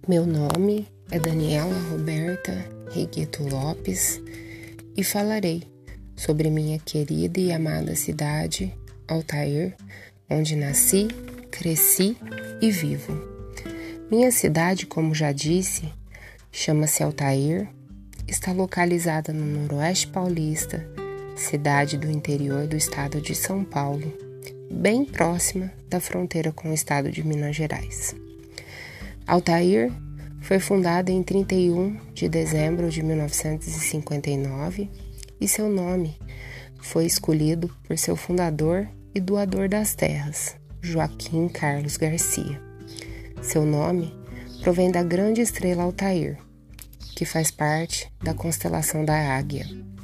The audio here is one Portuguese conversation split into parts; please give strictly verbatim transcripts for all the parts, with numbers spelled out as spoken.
Meu nome é Daniela Roberta Regueto Lopes e falarei sobre minha querida e amada cidade, Altair, onde nasci, cresci e vivo. Minha cidade, como já disse, chama-se Altair, está localizada no Noroeste Paulista, cidade do interior do estado de São Paulo, bem próxima da fronteira com o estado de Minas Gerais. Altair foi fundada em trinta e um de dezembro de mil novecentos e cinquenta e nove e seu nome foi escolhido por seu fundador e doador das terras, Joaquim Carlos Garcia. Seu nome provém da grande estrela Altair, que faz parte da constelação da Águia.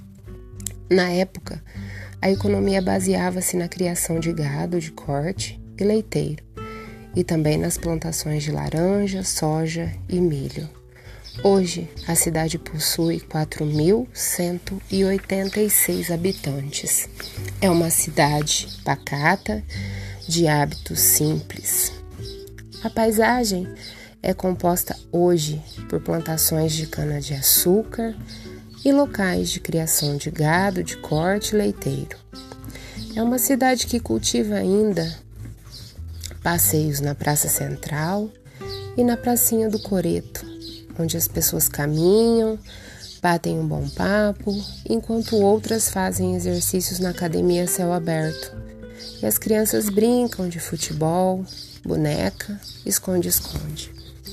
Na época, a economia baseava-se na criação de gado de corte e leiteiro, e também nas plantações de laranja, soja e milho. Hoje, a cidade possui quatro mil cento e oitenta e seis habitantes. É uma cidade pacata, de hábitos simples. A paisagem é composta hoje por plantações de cana-de-açúcar e locais de criação de gado de corte leiteiro. É uma cidade que cultiva ainda passeios na Praça Central e na Pracinha do Coreto, onde as pessoas caminham, batem um bom papo, enquanto outras fazem exercícios na academia a céu aberto. E as crianças brincam de futebol, boneca, esconde-esconde.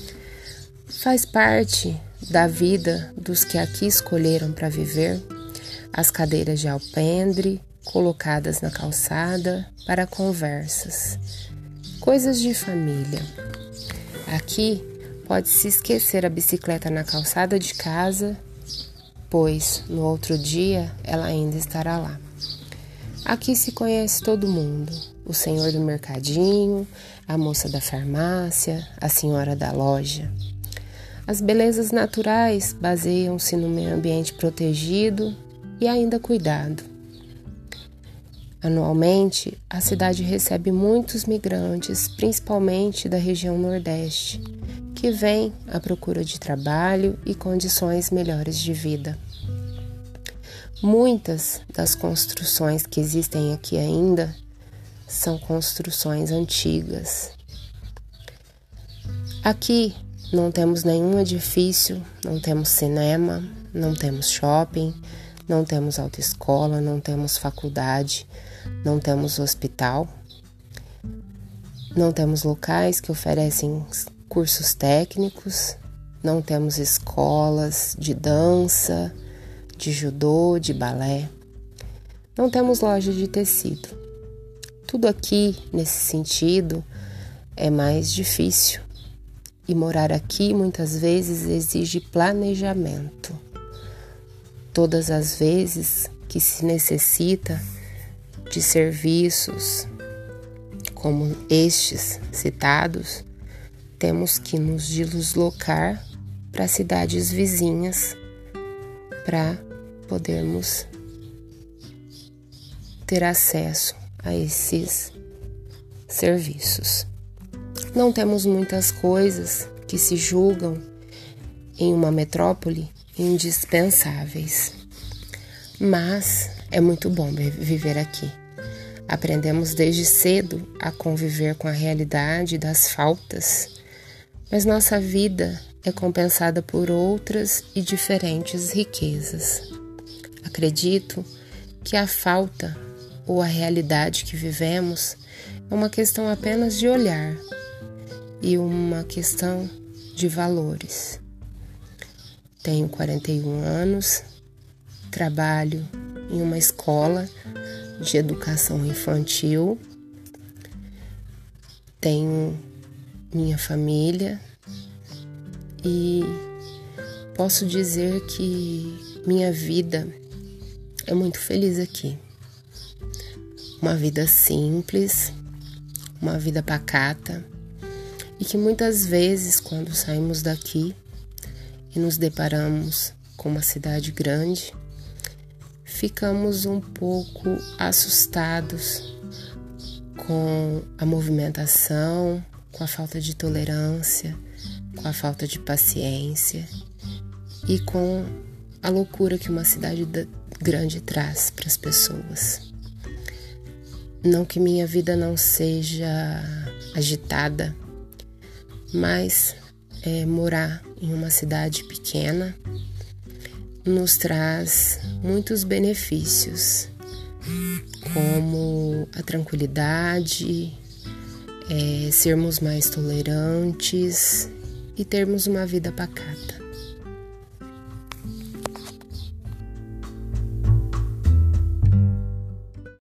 Faz parte da vida dos que aqui escolheram para viver as cadeiras de alpendre colocadas na calçada para conversas, coisas de família. Aqui pode-se esquecer a bicicleta na calçada de casa, pois no outro dia ela ainda estará lá. Aqui se conhece todo mundo, o senhor do mercadinho, a moça da farmácia, a senhora da loja. As belezas naturais baseiam-se no meio ambiente protegido e ainda cuidado. Anualmente, a cidade recebe muitos migrantes, principalmente da região Nordeste, que vêm à procura de trabalho e condições melhores de vida. Muitas das construções que existem aqui ainda são construções antigas. Aqui não temos nenhum edifício, não temos cinema, não temos shopping, não temos autoescola, não temos faculdade, não temos hospital, não temos locais que oferecem cursos técnicos, não temos escolas de dança, de judô, de balé, não temos loja de tecido. Tudo aqui, nesse sentido, é mais difícil. E morar aqui muitas vezes exige planejamento. Todas as vezes que se necessita de serviços como estes citados, temos que nos deslocar para cidades vizinhas para podermos ter acesso a esses serviços. Não temos muitas coisas que se julgam em uma metrópole indispensáveis, mas é muito bom viver aqui. Aprendemos desde cedo a conviver com a realidade das faltas, mas nossa vida é compensada por outras e diferentes riquezas. Acredito que a falta ou a realidade que vivemos é uma questão apenas de olhar e uma questão de valores. Tenho quarenta e um anos, trabalho em uma escola de educação infantil, tenho minha família e posso dizer que minha vida é muito feliz aqui. Uma vida simples, uma vida pacata, e que muitas vezes, quando saímos daqui e nos deparamos com uma cidade grande, ficamos um pouco assustados com a movimentação, com a falta de tolerância, com a falta de paciência e com a loucura que uma cidade grande traz para as pessoas. Não que minha vida não seja agitada, mas é, morar em uma cidade pequena nos traz muitos benefícios, como a tranquilidade, é, sermos mais tolerantes e termos uma vida pacata.